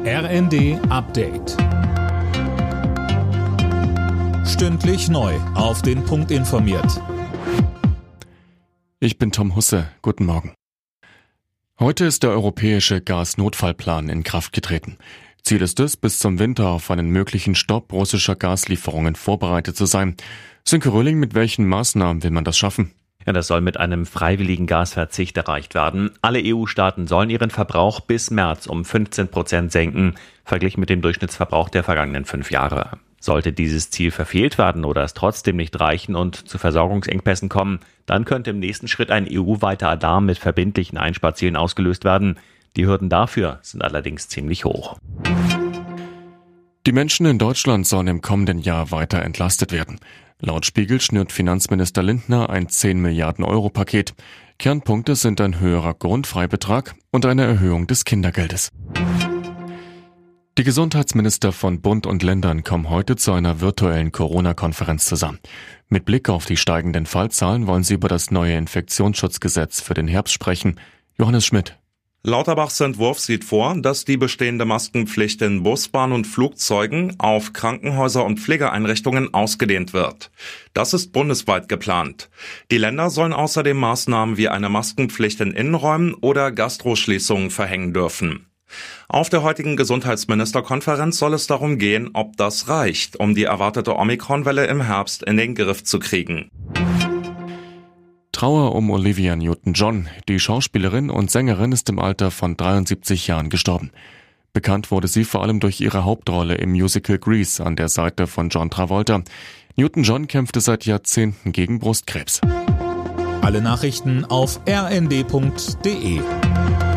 RND Update. Stündlich neu auf den Punkt informiert. Ich bin Tom Husse. Guten Morgen. Heute ist der europäische Gasnotfallplan in Kraft getreten. Ziel ist es, bis zum Winter auf einen möglichen Stopp russischer Gaslieferungen vorbereitet zu sein. Sönke Röhling, mit welchen Maßnahmen will man das schaffen? Ja, das soll mit einem freiwilligen Gasverzicht erreicht werden. Alle EU-Staaten sollen ihren Verbrauch bis März um 15% senken, verglichen mit dem Durchschnittsverbrauch der vergangenen 5 Jahre. Sollte dieses Ziel verfehlt werden oder es trotzdem nicht reichen und zu Versorgungsengpässen kommen, dann könnte im nächsten Schritt ein EU-weiter Alarm mit verbindlichen Einsparzielen ausgelöst werden. Die Hürden dafür sind allerdings ziemlich hoch. Die Menschen in Deutschland sollen im kommenden Jahr weiter entlastet werden. Laut Spiegel schnürt Finanzminister Lindner ein 10 Milliarden Euro Paket. Kernpunkte sind ein höherer Grundfreibetrag und eine Erhöhung des Kindergeldes. Die Gesundheitsminister von Bund und Ländern kommen heute zu einer virtuellen Corona-Konferenz zusammen. Mit Blick auf die steigenden Fallzahlen wollen sie über das neue Infektionsschutzgesetz für den Herbst sprechen. Johannes Schmidt. Lauterbachs Entwurf sieht vor, dass die bestehende Maskenpflicht in Bus, Bahn und Flugzeugen auf Krankenhäuser und Pflegeeinrichtungen ausgedehnt wird. Das ist bundesweit geplant. Die Länder sollen außerdem Maßnahmen wie eine Maskenpflicht in Innenräumen oder Gastroschließungen verhängen dürfen. Auf der heutigen Gesundheitsministerkonferenz soll es darum gehen, ob das reicht, um die erwartete Omikron-Welle im Herbst in den Griff zu kriegen. Trauer um Olivia Newton-John. Die Schauspielerin und Sängerin ist im Alter von 73 Jahren gestorben. Bekannt wurde sie vor allem durch ihre Hauptrolle im Musical Grease an der Seite von John Travolta. Newton-John kämpfte seit Jahrzehnten gegen Brustkrebs. Alle Nachrichten auf rnd.de.